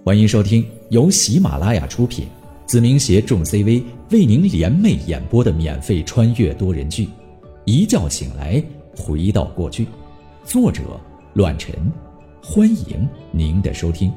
欢迎收听由喜马拉雅出品，子明携众 CV 为您联袂演播的免费穿越多人剧《一觉醒来回到过去》，作者乱臣。欢迎您的收听。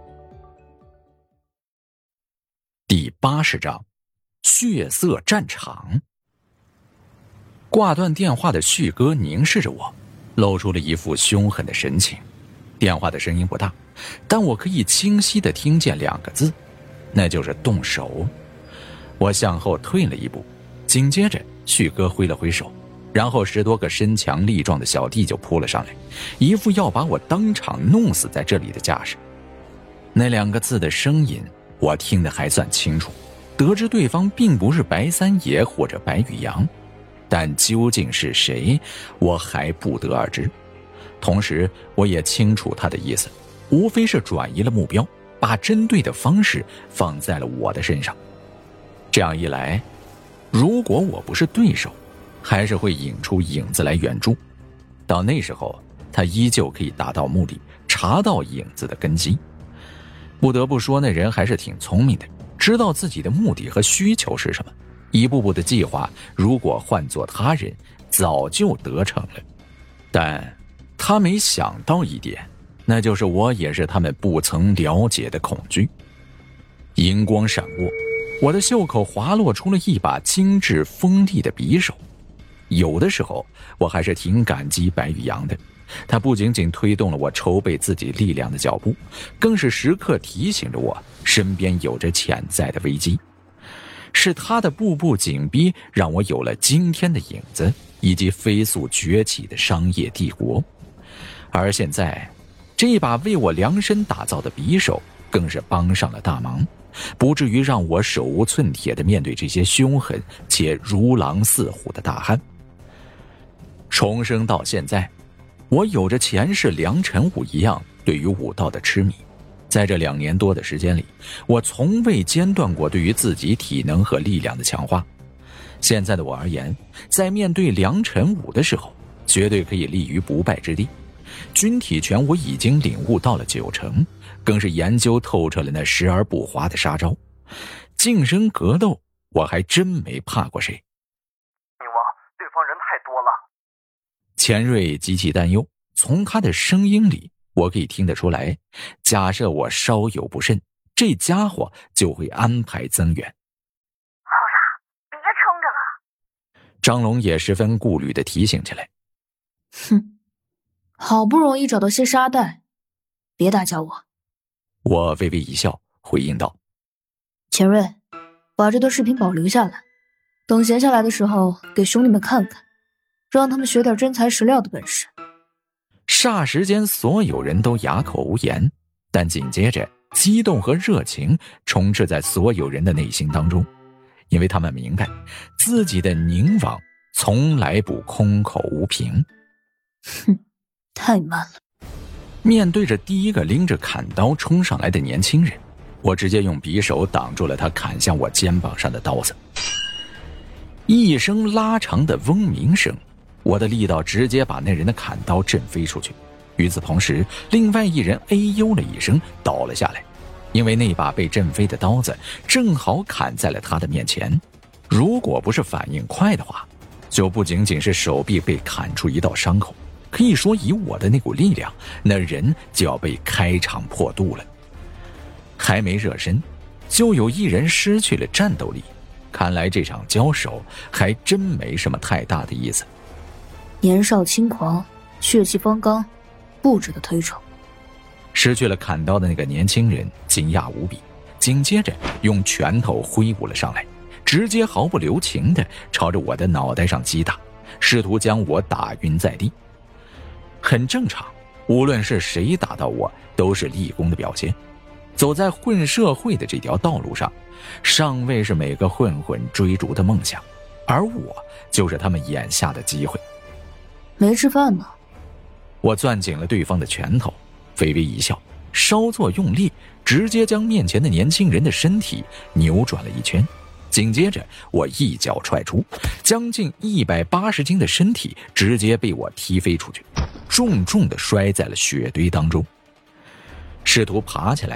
第80章，血色战场。挂断电话的旭哥凝视着我，露出了一副凶狠的神情。电话的声音不大，但我可以清晰地听见2个字，那就是动手。我向后退了一步，紧接着旭哥挥了挥手，然后10多个身强力壮的小弟就扑了上来，一副要把我当场弄死在这里的架势。那2个字的声音我听得还算清楚，得知对方并不是白三爷或者白宇阳，但究竟是谁我还不得而知。同时我也清楚他的意思，无非是转移了目标，把针对的方式放在了我的身上。这样一来，如果我不是对手，还是会引出影子来援助。到那时候他依旧可以达到目的，查到影子的根基。不得不说，那人还是挺聪明的，知道自己的目的和需求是什么，一步步的计划，如果换做他人早就得逞了。但他没想到一点，那就是我也是他们不曾了解的恐惧。银光闪过，我的袖口滑落出了一把精致锋利的匕首。有的时候我还是挺感激白宇阳的，他不仅仅推动了我筹备自己力量的脚步，更是时刻提醒着我身边有着潜在的危机。是他的步步紧逼，让我有了今天的影子以及飞速崛起的商业帝国。而现在这把为我量身打造的匕首更是帮上了大忙，不至于让我手无寸铁地面对这些凶狠且如狼似虎的大汉。重生到现在，我有着前世梁晨武一样对于武道的痴迷。在这2年多的时间里，我从未间断过对于自己体能和力量的强化。现在的我而言，在面对梁晨武的时候，绝对可以立于不败之地。军体拳我已经领悟到了90%，更是研究透彻了那时而不华的杀招。近身格斗我还真没怕过谁。 女王，对方人太多了。 钱瑞极其担忧，从他的声音里我可以听得出来，假设我稍有不慎，这家伙就会安排增援。 浩然，别撑着了。 张龙也十分顾虑地提醒起来。 哼，好不容易找到些沙袋，别打搅我。 我微微一笑，回应道： 钱瑞，把这段视频保留下来，等闲下来的时候给兄弟们看看，让他们学点真材实料的本事。 霎时间所有人都哑口无言，但紧接着激动和热情充斥在所有人的内心当中，因为他们明白自己的宁王从来不空口无凭。 哼，太慢了。 面对着第一个拎着砍刀冲上来的年轻人，我直接用匕首挡住了他砍向我肩膀上的刀子。一声拉长的嗡鸣声，我的力道直接把那人的砍刀震飞出去。与此同时，另外一人哎呦了一声倒了下来，因为那把被震飞的刀子正好砍在了他的面前。如果不是反应快的话，就不仅仅是手臂被砍出一道伤口，可以说以我的那股力量，那人就要被开肠破肚了。还没热身，就有一人失去了战斗力，看来这场交手还真没什么太大的意思。 年少轻狂，血气方刚，不值得推崇。 失去了砍刀的那个年轻人惊讶无比，紧接着用拳头挥舞了上来，直接毫不留情地朝着我的脑袋上击打，试图将我打晕在地。很正常，无论是谁打到我，都是立功的表现。走在混社会的这条道路上，上位是每个混混追逐的梦想，而我就是他们眼下的机会。 没吃饭呢？ 我攥紧了对方的拳头，微微一笑，稍作用力，直接将面前的年轻人的身体扭转了一圈。紧接着我一脚踹出，将近180斤的身体直接被我踢飞出去，重重地摔在了雪堆当中。试图爬起来，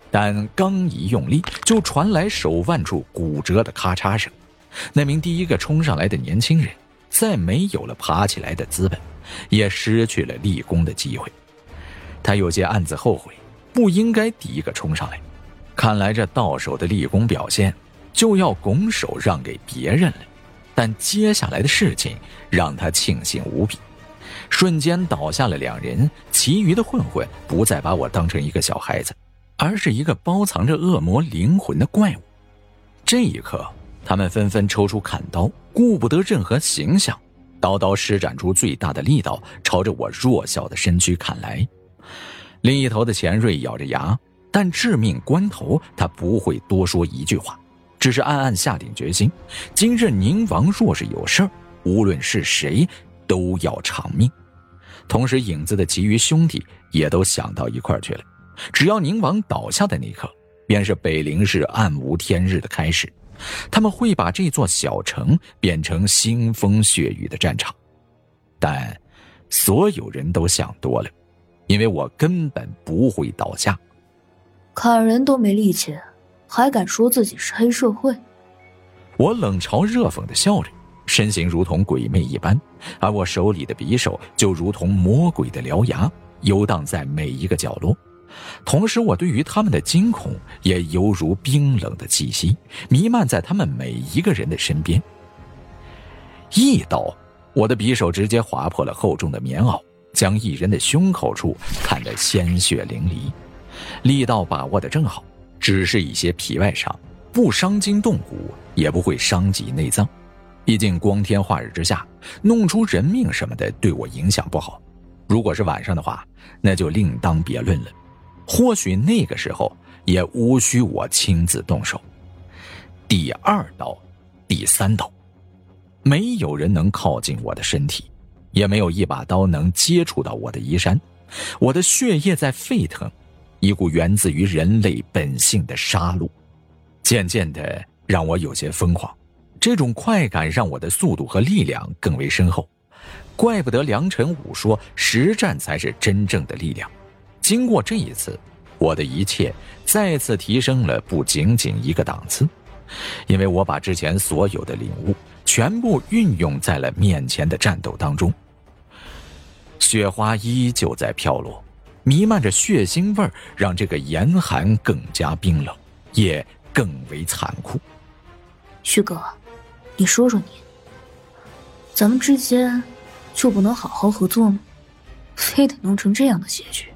但刚一用力，就传来手腕处骨折的咔嚓声。那名第一个冲上来的年轻人再没有了爬起来的资本，也失去了立功的机会。他有些暗自后悔，不应该第一个冲上来。看来这到手的立功表现就要拱手让给别人了。但接下来的事情让他庆幸无比，瞬间倒下了2人，其余的混混不再把我当成一个小孩子，而是一个包藏着恶魔灵魂的怪物。这一刻，他们纷纷抽出砍刀，顾不得任何形象，刀刀施展出最大的力道，朝着我弱小的身躯砍来。另一头的钱瑞咬着牙，但致命关头他不会多说一句话，只是暗暗下定决心，今日宁王若是有事儿，无论是谁都要偿命。同时影子的其余兄弟也都想到一块儿去了，只要宁王倒下的那刻，便是北陵市暗无天日的开始。他们会把这座小城变成腥风血雨的战场。但所有人都想多了，因为我根本不会倒下。 砍人都没力气，还敢说自己是黑社会？ 我冷嘲热讽地笑着，身形如同鬼魅一般，而我手里的匕首就如同魔鬼的獠牙，游荡在每一个角落。同时我对于他们的惊恐也犹如冰冷的气息，弥漫在他们每一个人的身边。一刀，我的匕首直接划破了厚重的棉袄，将一人的胸口处砍得鲜血淋漓。力道把握得正好，只是一些皮外伤，不伤筋动骨，也不会伤及内脏。毕竟光天化日之下，弄出人命什么的对我影响不好。如果是晚上的话，那就另当别论了。或许那个时候也无需我亲自动手。第2刀，第3刀，没有人能靠近我的身体，也没有一把刀能接触到我的衣衫。我的血液在沸腾，一股源自于人类本性的杀戮，渐渐的让我有些疯狂。这种快感让我的速度和力量更为深厚，怪不得梁辰武说实战才是真正的力量。经过这一次，我的一切再次提升了不仅仅一个档次，因为我把之前所有的领悟全部运用在了面前的战斗当中。雪花依旧在飘落，弥漫着血腥味儿，让这个严寒更加冰冷，也更为残酷。 旭哥，你说说你，咱们之间就不能好好合作吗？非得弄成这样的结局？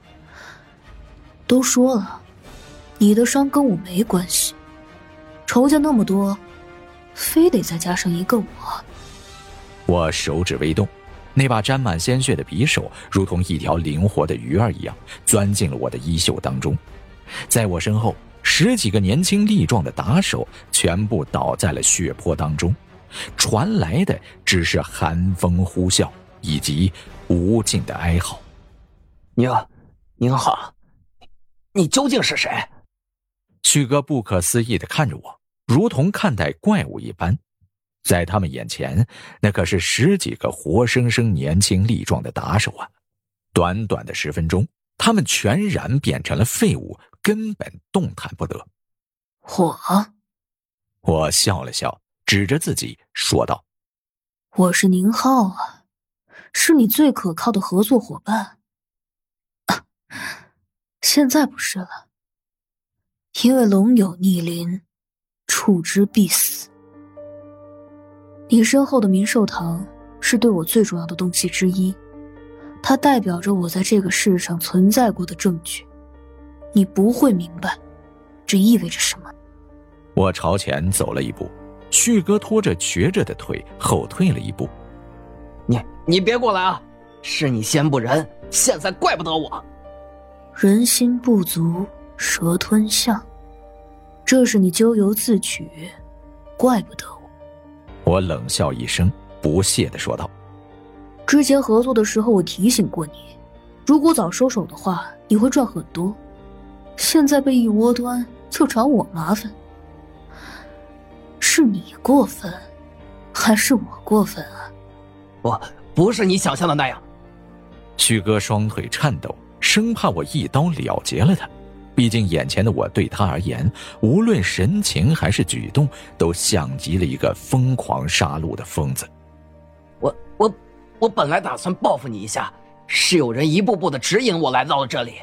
都说了，你的伤跟我没关系，仇家那么多，非得再加上一个我。 我手指微动，那把沾满鲜血的匕首如同一条灵活的鱼儿一样钻进了我的衣袖当中。在我身后10几个年轻力壮的打手全部倒在了血泊当中，传来的只是寒风呼啸以及无尽的哀嚎。 您好，你究竟是谁？ 旭哥不可思议地看着我，如同看待怪物一般。在他们眼前，那可是10几个活生生年轻力壮的打手啊！短短的10分钟，他们全然变成了废物，根本动弹不得。我笑了笑，指着自己说道： 我是宁浩啊，是你最可靠的合作伙伴。现在不是了，因为龙有逆鳞，触之必死。你身后的明寿堂是对我最重要的东西之一，它代表着我在这个世上存在过的证据。你不会明白这意味着什么。 我朝前走了一步，旭哥拖着瘸着的腿后退了一步。 你别过来啊！是你先不仁，现在怪不得我。 人心不足蛇吞象，这是你咎由自取，怪不得我。 我冷笑一声，不屑地说道： 之前合作的时候我提醒过你，如果早收手的话你会赚很多，现在被一窝端就找我麻烦，是你过分还是我过分啊？ 不是你想象的那样。 旭哥双腿颤抖，生怕我一刀了结了他， 毕竟眼前的我对他而言，无论神情还是举动，都像极了一个疯狂杀戮的疯子。 我本来打算报复你一下，是有人一步步的指引我来到了这里。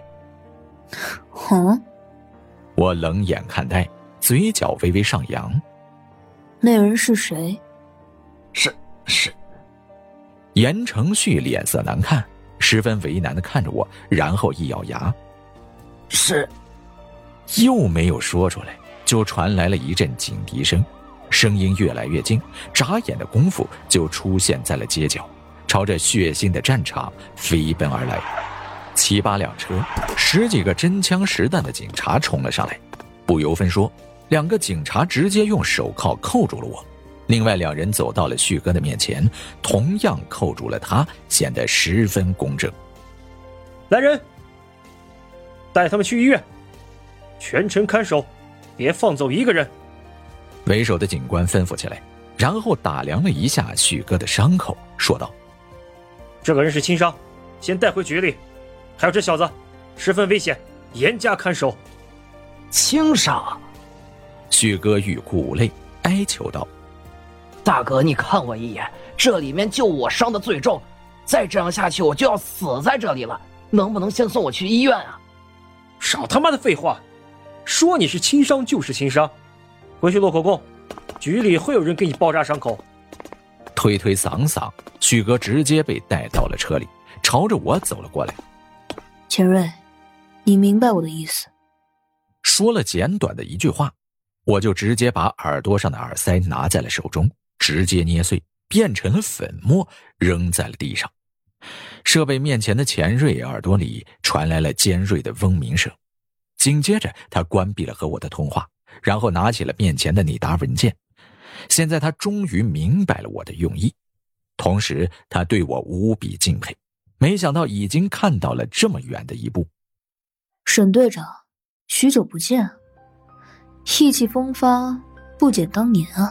我冷眼看待，嘴角微微上扬。 那人是谁？ 是。 严承旭脸色难看，十分为难地看着我，然后一咬牙， 是。 又没有说出来，就传来了一阵警笛声，声音越来越近，眨眼的功夫就出现在了街角，朝着血腥的战场飞奔而来。7、8辆车，10几个真枪实弹的警察冲了上来，不由分说，2个警察直接用手铐扣住了我，另外2人走到了旭哥的面前，同样扣住了他，显得十分公正。 来人，带他们去医院，全程看守，别放走一个人。 为首的警官吩咐起来，然后打量了一下旭哥的伤口，说道： 这个人是轻伤，先带回局里。还有这小子十分危险，严加看守。 轻伤？ 旭哥欲哭无泪，哀求道： 大哥，你看我一眼，这里面就我伤的最重，再这样下去我就要死在这里了，能不能先送我去医院啊？ 少他妈的废话，说你是轻伤就是轻伤，回去落口供，局里会有人给你包扎伤口。 推推搡搡，旭哥直接被带到了车里，朝着我走了过来。 钱瑞，你明白我的意思。 说了简短的一句话，我就直接把耳朵上的耳塞拿在了手中，直接捏碎，变成了粉末，扔在了地上。设备面前的钱瑞耳朵里传来了尖锐的嗡鸣声，紧接着他关闭了和我的通话，然后拿起了面前的拟答文件。现在他终于明白了我的用意，同时他对我无比敬佩，没想到已经看到了这么远的一步。 沈队长，许久不见，意气风发，不减当年啊。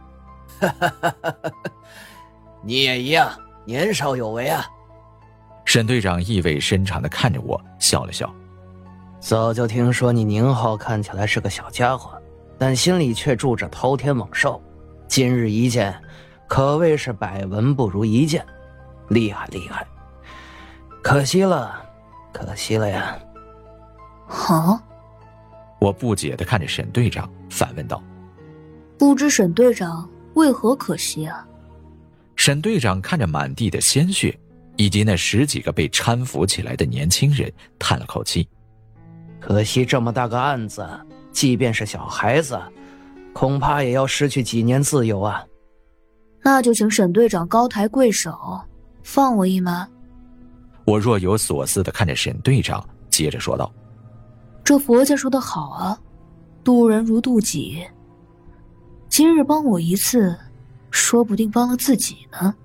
你也一样，年少有为啊。 沈队长意味深长地看着我，笑了笑。 早就听说你宁浩看起来是个小家伙，但心里却住着滔天猛兽，今日一见，可谓是百闻不如一见，厉害厉害。可惜了呀。 我不解地看着沈队长，反问道： 不知沈队长为何可惜啊？ 沈队长看着满地的鲜血以及那10几个被搀扶起来的年轻人，叹了口气。 可惜这么大个案子，即便是小孩子，恐怕也要失去几年自由啊。 那就请沈队长高抬贵手，放我一马。 我若有所思地看着沈队长，接着说道： 这佛家说得好啊，渡人如渡己。今日帮我一次，说不定帮了自己呢。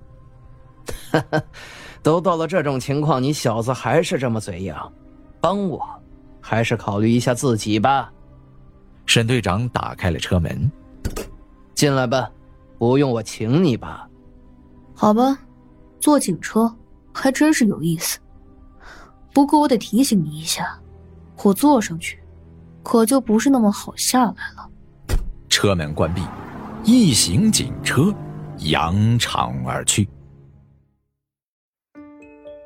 都到了这种情况，你小子还是这么嘴硬，帮我还是考虑一下自己吧。 沈队长打开了车门， 进来吧，不用我请你吧。 好吧，坐警车还真是有意思。不过我得提醒你一下，我坐上去可就不是那么好下来了。 车门关闭，一行警车扬长而去。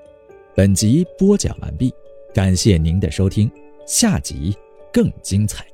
本集播讲完毕，感谢您的收听，下集更精彩。